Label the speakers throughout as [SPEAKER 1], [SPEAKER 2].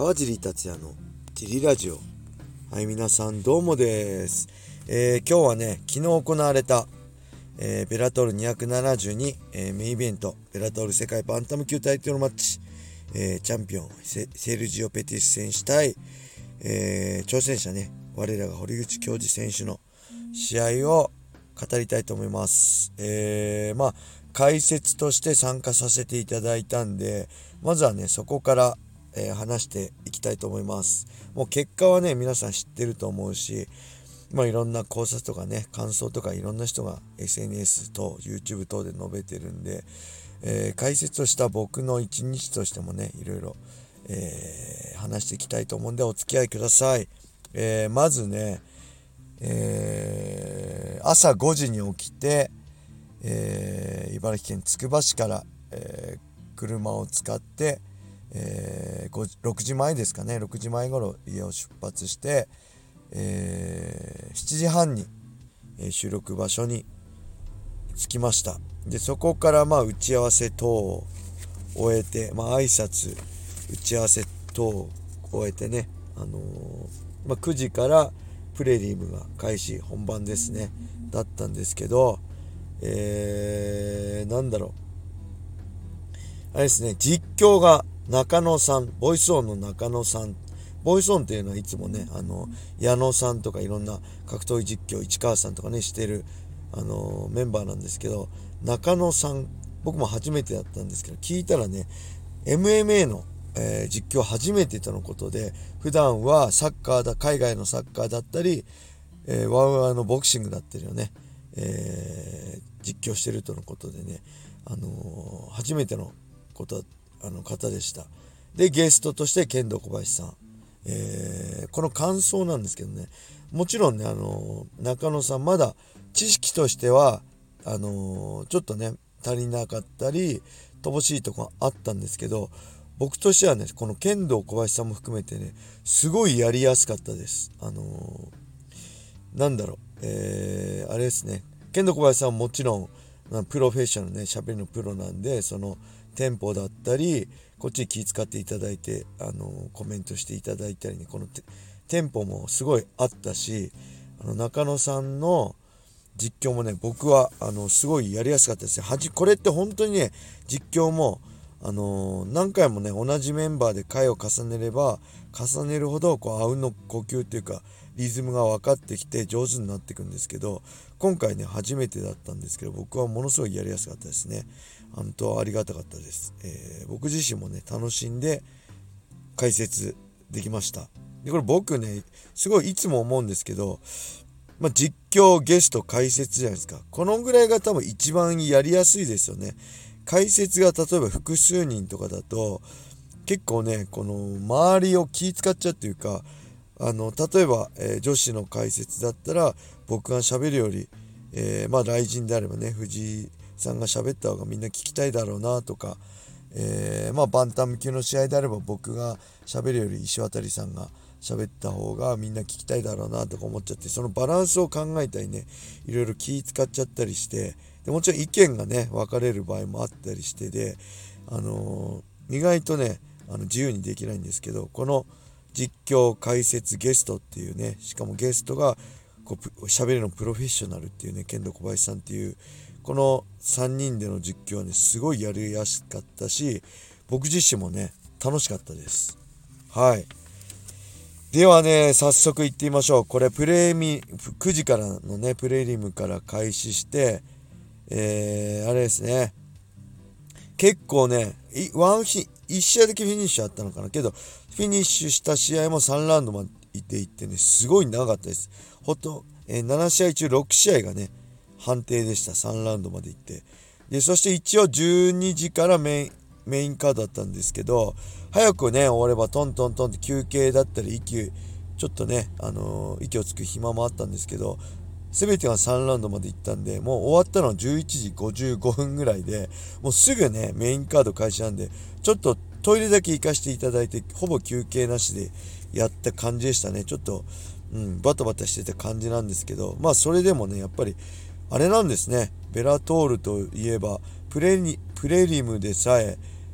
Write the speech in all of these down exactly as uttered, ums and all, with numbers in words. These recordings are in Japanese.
[SPEAKER 1] 川尻達也のジリラジオ。はい、皆さんどうもです。えー、今日はね、昨日行われた、えー、ベラトールにひゃくななじゅうに、えー、メインイベント、ベラトール世界バンタム級タイトルマッチ、えー、チャンピオン セ, セルジオ・ペティス選手対、えー、挑戦者ね、我らが堀口恭司選手の試合を語りたいと思います。えー、まあ解説として参加させていただいたんで、まずはねそこから、えー、話していきたいと思います。もう結果はね皆さん知ってると思うし、まあいろんな考察とかね感想とかいろんな人が エスエヌエス と YouTube 等で述べてるんで、えー、解説をした僕の一日としてもねいろいろ、えー、話していきたいと思うんでお付き合いください。えー、まずね、えー、朝ごじに起きて、えー、茨城県つくば市から、えー、車を使って、えー、ろくじまえですかねろくじまえ頃家を出発して、えー、しちじはんに、えー、収録場所に着きました。でそこからまあ打ち合わせ等を終えて、まあ挨拶打ち合わせ等を終えてね、あのーまあ、くじからプレリームが開始本番ですねだったんですけど、えー、なんだろうあれですね、実況が中野さん、ボイスオンの中野さん。ボイスオンっていうのはいつもね、あの矢野さんとかいろんな格闘技実況市川さんとかねしてるあのメンバーなんですけど、中野さん僕も初めてだったんですけど、聞いたらね エムエムエー の、えー、実況初めてとのことで、普段はサッカーだ海外のサッカーだったり、えー、ワウワウのボクシングだったりをね、えー、実況してるとのことでね、あのー、初めてのことあの方でした。でゲストとして剣道小林さん、えー、この感想なんですけどね、もちろんね、あのー、中野さんまだ知識としてはあのー、ちょっとね足りなかったり乏しいとこがあったんですけど、僕としてはねこの剣道小林さんも含めてねすごいやりやすかったです。あのー、なんだろう、えー、あれですね、剣道小林さんはもちろんプロフェッショナルね喋りのプロなんで、そのテンポだったりこっちに気遣っていただいて、あのコメントしていただいたりね、このテンポもすごいあったし、あの中野さんの実況もね僕はあのすごいやりやすかったですね。はじこれって本当にね実況もあのー、何回もね同じメンバーで回を重ねれば重ねるほどこうあうんの呼吸っていうかリズムが分かってきて上手になっていくんですけど、今回ね初めてだったんですけど僕はものすごいやりやすかったですね。本当ありがたかったです。えー、僕自身もね楽しんで解説できました。でこれ僕ねすごいいつも思うんですけど、まあ、実況ゲスト解説じゃないですか。このぐらいが多分一番やりやすいですよね。解説が例えば複数人とかだと結構ねこの周りを気使っちゃうっていうか、あの例えば、えー、女子の解説だったら僕が喋るより、えー、まあ雷神であればね藤井さんが喋った方がみんな聞きたいだろうなとか、えー、まあバンタム級の試合であれば僕が喋るより石渡さんが喋った方がみんな聞きたいだろうなとか思っちゃって、そのバランスを考えたりねいろいろ気使っちゃったりして、でもちろん意見がね分かれる場合もあったりしてで、あのー、意外とねあの自由にできないんですけど、この実況解説ゲストっていうね、しかもゲストがこう喋りのプロフェッショナルっていうね剣道小林さんっていうこのさんにんでの実況はねすごいやりやすかったし、僕自身もね楽しかったです。はい、ではね早速行ってみましょう。これプレミくじからのねプレリムから開始して、えー、あれですね、結構ねワンヒいち試合だけフィニッシュあったのかなけど、フィニッシュした試合もさんラウンドまでいってねすごい長かったです。ほんと、えー、なな試合中ろく試合がね判定でした。さんラウンドまでいって、でそして一応じゅうにじからメインメインカードだったんですけど、早くね終わればトントントンって休憩だったり息ちょっとね、あのー、息をつく暇もあったんですけど、全てがさんラウンドまで行ったんで、もう終わったのはじゅういちじごじゅうごふんぐらいで、もうすぐねメインカード開始なんで、ちょっとトイレだけ行かせていただいてほぼ休憩なしでやった感じでしたね。ちょっと、うん、バタバタしてた感じなんですけど、まあそれでもねやっぱりあれなんですね、ベラトールといえばプレニプレリムでさえ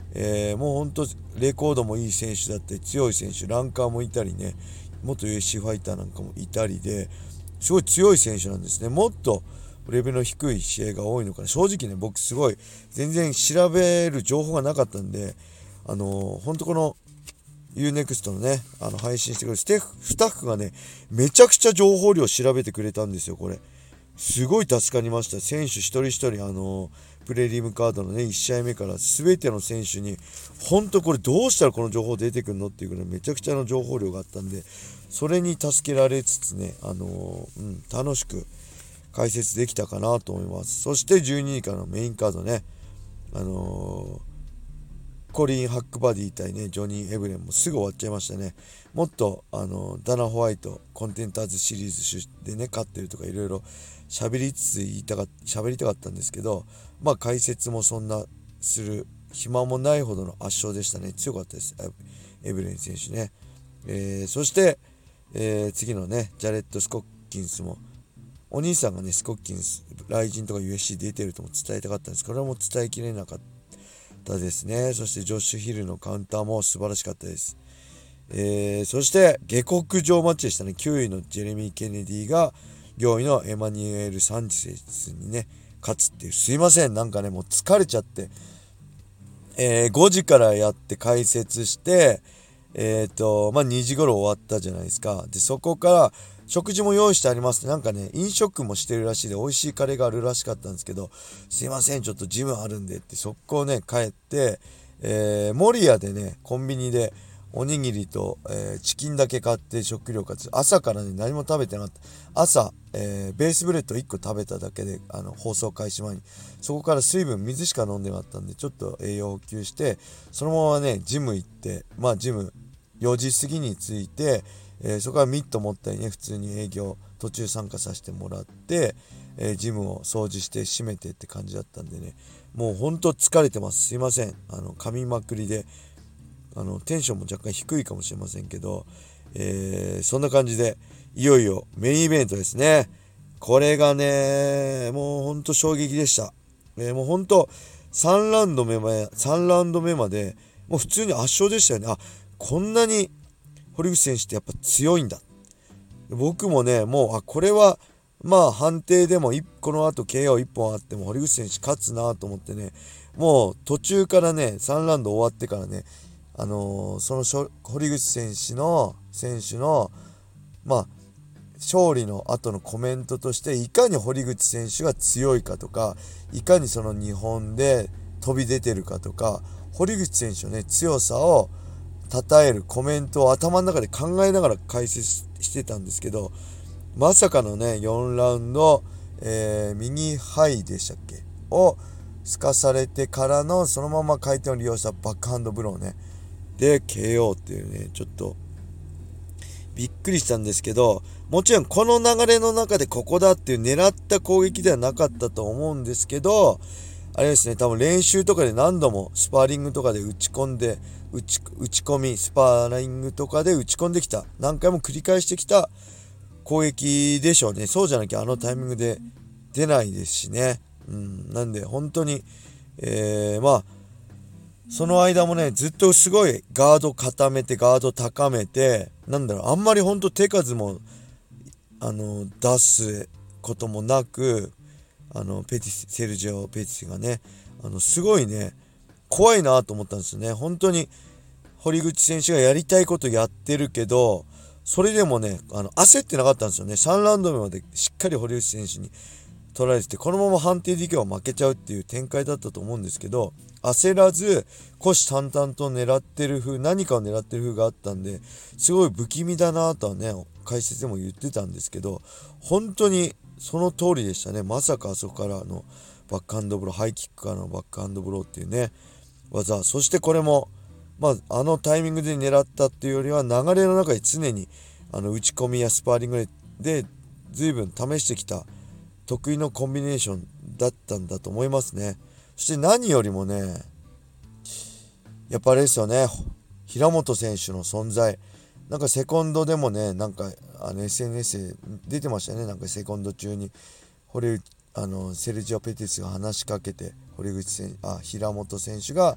[SPEAKER 1] えー、もうほんとレコードもいい選手だったり強い選手、ランカーもいたりね、元 ユーエフシー ファイターなんかもいたりですごい強い選手なんですね。もっとレベルの低い試合が多いのかな。正直ね、僕すごい全然調べる情報がなかったんで、あのー、ほんとこの ユーネクスト のね、あの配信してくれるステスタッフがね、めちゃくちゃ情報量調べてくれたんですよ。これすごい助かりました。選手一人一人、あのプレリームカードのねいち試合目から全ての選手に本当これどうしたらこの情報出てくるのっていうぐらいめちゃくちゃの情報量があったんで、それに助けられつつね、あのーうん、楽しく解説できたかなと思います。そしてじゅうにいからのメインカードね、あのーコリン・ハックバディ対ねジョニー・エブレンもすぐ終わっちゃいましたね。もっとあのダナ・ホワイトコンテンターズシリーズでね勝ってるとかいろいろ喋りつつ言いたか喋りたかったんですけど、まあ解説もそんなする暇もないほどの圧勝でしたね。強かったですエブレン選手ね。えー、そして、えー、次のねジャレット・スコッキンスもお兄さんがねスコッキンス雷神とか ユーエフシー 出てるとも伝えたかったんですけど、これはもう伝えきれなかったですね。そしてジョッシュ・ヒルのカウンターも素晴らしかったです。えー、そして下克上マッチでしたね。きゅういのジェレミー・ケネディがよんいのエマニュエル・サンチェスにね勝つっていう、すいませんなんかねもう疲れちゃって、えー、ごじからやって解説してえっ、ー、とまあにじ頃終わったじゃないですか。でそこから食事も用意してありますって、なんかね飲食もしてるらしいで美味しいカレーがあるらしかったんですけど、すいませんちょっとジムあるんでって速攻ね帰って、えー、守谷でねコンビニでおにぎりと、えー、チキンだけ買って食料活朝からね何も食べてなかった。朝、えー、ベースブレッドいっこ食べただけであの放送開始前にそこから水分水しか飲んでなかったんでちょっと栄養補給してそのままねジム行って、まあジムよじ過ぎに着いて、えー、そこからミット持ったりね普通に営業途中参加させてもらって、えー、ジムを掃除して閉めてって感じだったんでね、もうほんと疲れてます。すいませんあの噛みまくりであのテンションも若干低いかもしれませんけど、えー、そんな感じでいよいよメインイベントですね。これがねもうほんと衝撃でした。えー、もうほんとさんラウンド目までさんラウンド目までもう普通に圧勝でしたよね。あ、こんなに堀口選手ってやっぱ強いんだ。僕もねもうあこれはまあ判定でもこの後 ケーオーいっ 本あっても堀口選手勝つなと思ってね、もう途中からねさんラウンド終わってからねあのー、その堀口選手の選手のまあ勝利の後のコメントとしていかに堀口選手が強いかとかいかにその日本で飛び出てるかとか堀口選手のね強さを称えるコメントを頭の中で考えながら解説してたんですけど、まさかのねよんラウンド、えー、右ハイでしたっけをすかされてからのそのまま回転を利用したバックハンドブローねで ケーオー っていうねちょっとびっくりしたんですけど、もちろんこの流れの中でここだっていう狙った攻撃ではなかったと思うんですけど、あれですね多分練習とかで何度もスパーリングとかで打ち込んで打ち、打ち込みスパーリングとかで打ち込んできた何回も繰り返してきた攻撃でしょうね。そうじゃなきゃあのタイミングで出ないですしね。うん、なんで本当に、えー、まあその間もねずっとすごいガード固めてガード高めてなんだろうあんまりほんと手数もあの出すこともなくあのペティセルジオ・ペティスがねあのすごいね怖いなと思ったんですよね。本当に堀口選手がやりたいことやってるけどそれでもねあの焦ってなかったんですよね。さんラウンド目までしっかり堀口選手に取られててこのまま判定でいけば負けちゃうっていう展開だったと思うんですけど、焦らず虎視眈々と狙ってる風何かを狙ってる風があったんですごい不気味だなとはね解説でも言ってたんですけど、本当にその通りでしたね。まさかあそこからのバックハンドブローハイキックからのバックハンドブローっていうね技、そしてこれもまああのタイミングで狙ったっていうよりは流れの中で常にあの打ち込みやスパーリングで随分試してきた得意のコンビネーションだったんだと思いますね。そして何よりもねやっぱあれですよね平本選手の存在、なんかセコンドでもねなんかあの エスエヌエス で出てましたね。なんかセコンド中に堀あのセルジオ・ペティスが話しかけて堀口選あ平本選手が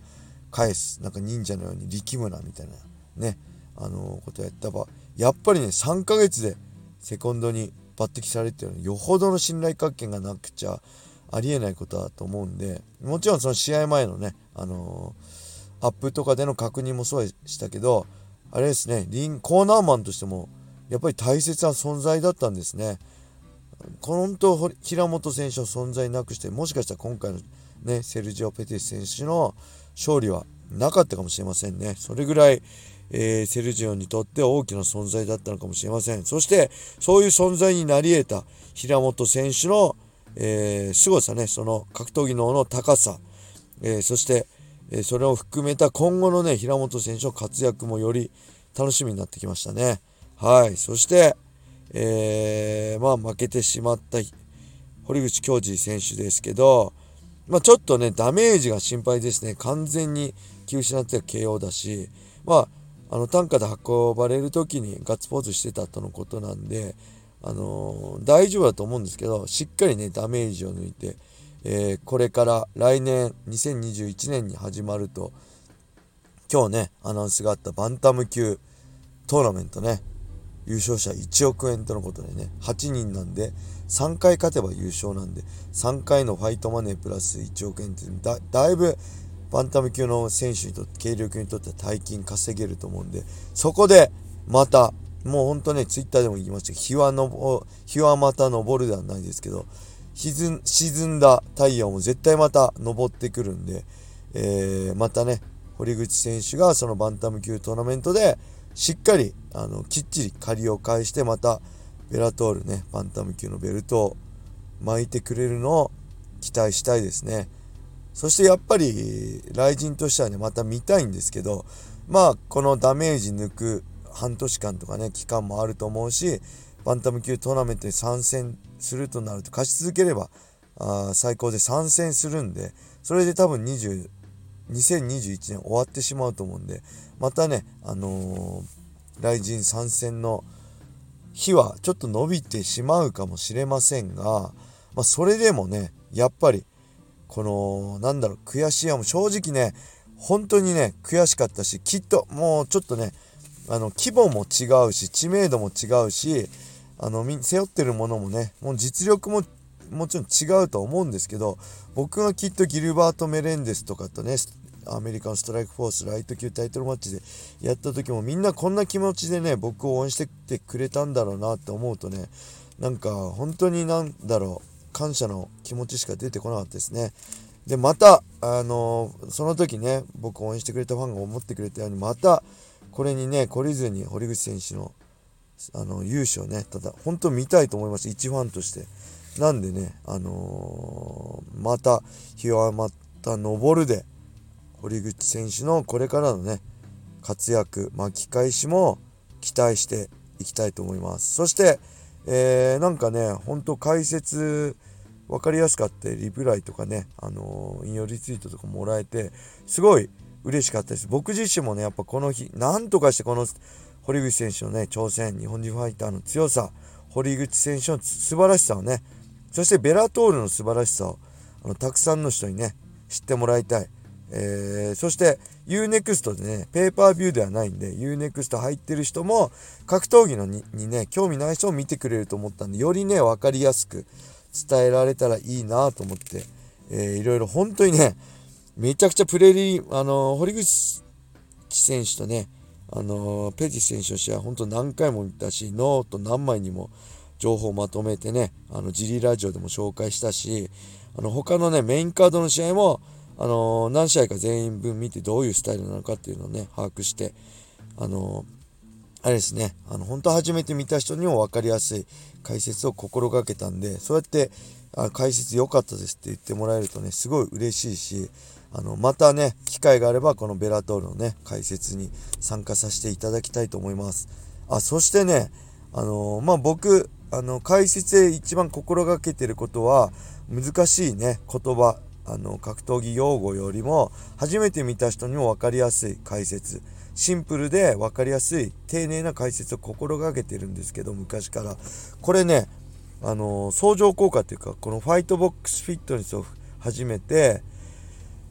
[SPEAKER 1] 返す、なんか忍者のように力むなみたいなね、あのことをやったば、やっぱりねさんかげつでセコンドに抜擢されてるのに、よほどの信頼関係がなくちゃありえないことだと思うんで、もちろんその試合前のね、あのー、アップとかでの確認もそうでしたけど、あれですね、リンコーナーマンとしてもやっぱり大切な存在だったんですね。本当平本選手の存在なくして、もしかしたら今回のねセルジオ・ペティス選手の勝利はなかったかもしれませんね。それぐらい、えー、セルジオにとって大きな存在だったのかもしれません。そしてそういう存在になり得た平本選手の、えー、凄さね、その格闘技能の高さ、えー、そして、えー、それを含めた今後のね平本選手の活躍もより楽しみになってきましたね。はい。そして、えー、まあ負けてしまった堀口恭司選手ですけど、まあちょっとねダメージが心配ですね。完全に気失っては ケーオー だし、まああの担架で運ばれる時にガッツポーズしてたとのことなんで、あのー、大丈夫だと思うんですけど、しっかりねダメージを抜いて、えー、これから来年にせんにじゅういちねんに始まると、今日ねアナウンスがあったバンタム級トーナメントね、優勝者いちおくえんとのことでね、はちにんなんでさんかい勝てば優勝なんで、さんかいのファイトマネープラスいちおくえんって だ, だいぶバンタム級の選手にとって軽量級にとっては大金稼げると思うんで、そこでまたもうほんとねツイッターでも言いましたけど、日はの日はまた昇るではないですけど、沈沈んだ太陽も絶対また昇ってくるんで、えー、またね堀口選手がそのバンタム級トーナメントでしっかりあのきっちり借りを返して、またベラトールねバンタム級のベルトを巻いてくれるのを期待したいですね。そしてやっぱり雷神としてはねまた見たいんですけど、まあこのダメージ抜く半年間とかね期間もあると思うし、バンタム級トーナメントに参戦するとなると、勝ち続ければあ最高で参戦するんで、それで多分にじゅうにせんにじゅういちねん終わってしまうと思うんで、またねあのー、雷神参戦の日はちょっと伸びてしまうかもしれませんが、まあ、それでもねやっぱりこのなんだろう悔しいやも正直ね本当にね悔しかったし、きっともうちょっとねあの規模も違うし知名度も違うし、あの背負ってるものもねもう実力ももちろん違うと思うんですけど、僕がきっとギルバート・メレンデスとかとねアメリカのストライクフォースライト級タイトルマッチでやった時もみんなこんな気持ちでね僕を応援しててくれたんだろうなって思うとね、なんか本当になんだろう感謝の気持ちしか出てこなかったですね。でまたあのー、その時ね僕を応援してくれたファンが思ってくれたように、またこれにね懲りずに堀口選手のあの優勝ねただ本当見たいと思います、一ファンとして。なんでねあのー、また日はまた昇るで堀口選手のこれからのね活躍巻き返しも期待していきたいと思います。そして、えー、なんかね本当解説分かりやすかったリプライとかね、あのー、引用リツイートとかもらえてすごい嬉しかったです。僕自身もねやっぱこの日なんとかしてこの堀口選手のね挑戦、日本人ファイターの強さ、堀口選手の素晴らしさをね、そしてベラトールの素晴らしさをあのたくさんの人にね知ってもらいたい。えー、そして ユーネクスト でねペーパービューではないんで ユーネクスト 入ってる人も格闘技の に, にね興味ない人を見てくれると思ったんで、よりね分かりやすく伝えられたらいいなと思って、えー、いろいろ本当にねめちゃくちゃプレリあのー、堀口選手とねあのー、ペティ選手の試合本当何回も見たし、ノート何枚にも情報をまとめてねあのジリラジオでも紹介したし、あの他のねメインカードの試合もあのー、何試合か全員分見てどういうスタイルなのかっていうのをね把握して、あのー、あれですねあの本当初めて見た人にも分かりやすい解説を心がけたんで、そうやってあ解説良かったですって言ってもらえるとねすごい嬉しいし、あのまたね機会があればこのベラトールのね解説に参加させていただきたいと思います。あそしてねあのー、まあ僕あの解説で一番心がけてることは、難しいね言葉あの格闘技用語よりも初めて見た人にも分かりやすい解説、シンプルで分かりやすい丁寧な解説を心がけてるんですけど、昔からこれねあの相乗効果というか、このファイトボックスフィットネスを始めて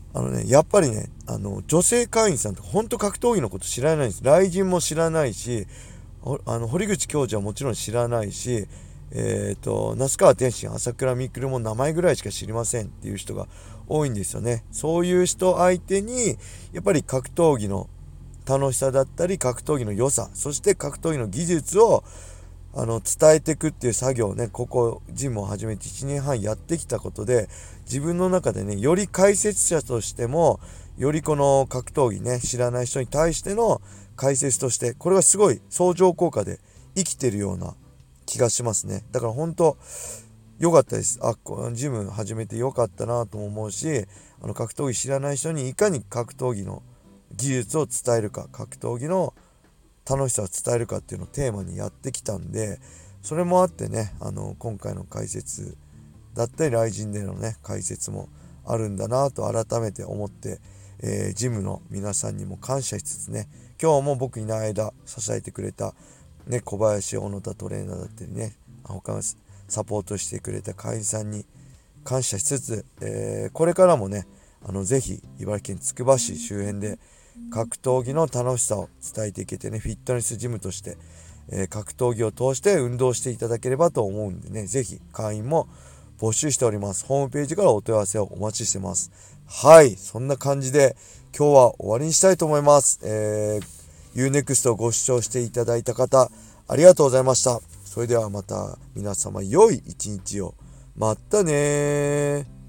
[SPEAKER 1] あのね、やっぱりね、あの、女性会員さんって本当格闘技のこと知らないんです。雷神も知らないし、あの、堀口教授はもちろん知らないし、えっと、那須川天心、朝倉未来も名前ぐらいしか知りませんっていう人が多いんですよね。そういう人相手に、やっぱり格闘技の楽しさだったり、格闘技の良さ、そして格闘技の技術をあの伝えていくっていう作業をね、ここジムを始めていちねんはんやってきたことで、自分の中でね、より解説者としても、よりこの格闘技ね、知らない人に対しての解説として、これがすごい相乗効果で生きてるような気がしますね。だから本当良かったです。あ、ジム始めて良かったなとも思うし、あの格闘技知らない人にいかに格闘技の技術を伝えるか、格闘技の楽しさを伝えるかっていうのをテーマにやってきたんで、それもあってね、あの今回の解説だったり雷神でのね解説もあるんだなと改めて思って、えー、ジムの皆さんにも感謝しつつね、今日も僕いない間支えてくれた、ね、小林小野田トレーナーだったりね、他のサポートしてくれた会員さんに感謝しつつ、えー、これからもね、あのぜひ茨城県つくば市周辺で格闘技の楽しさを伝えていけてね、フィットネスジムとして、えー、格闘技を通して運動していただければと思うんでね、ぜひ会員も募集しております。ホームページからお問い合わせをお待ちしてます。はい、そんな感じで今日は終わりにしたいと思います。えー、ユーネクスト をご視聴していただいた方、ありがとうございました。それではまた皆様良い一日を。またねー。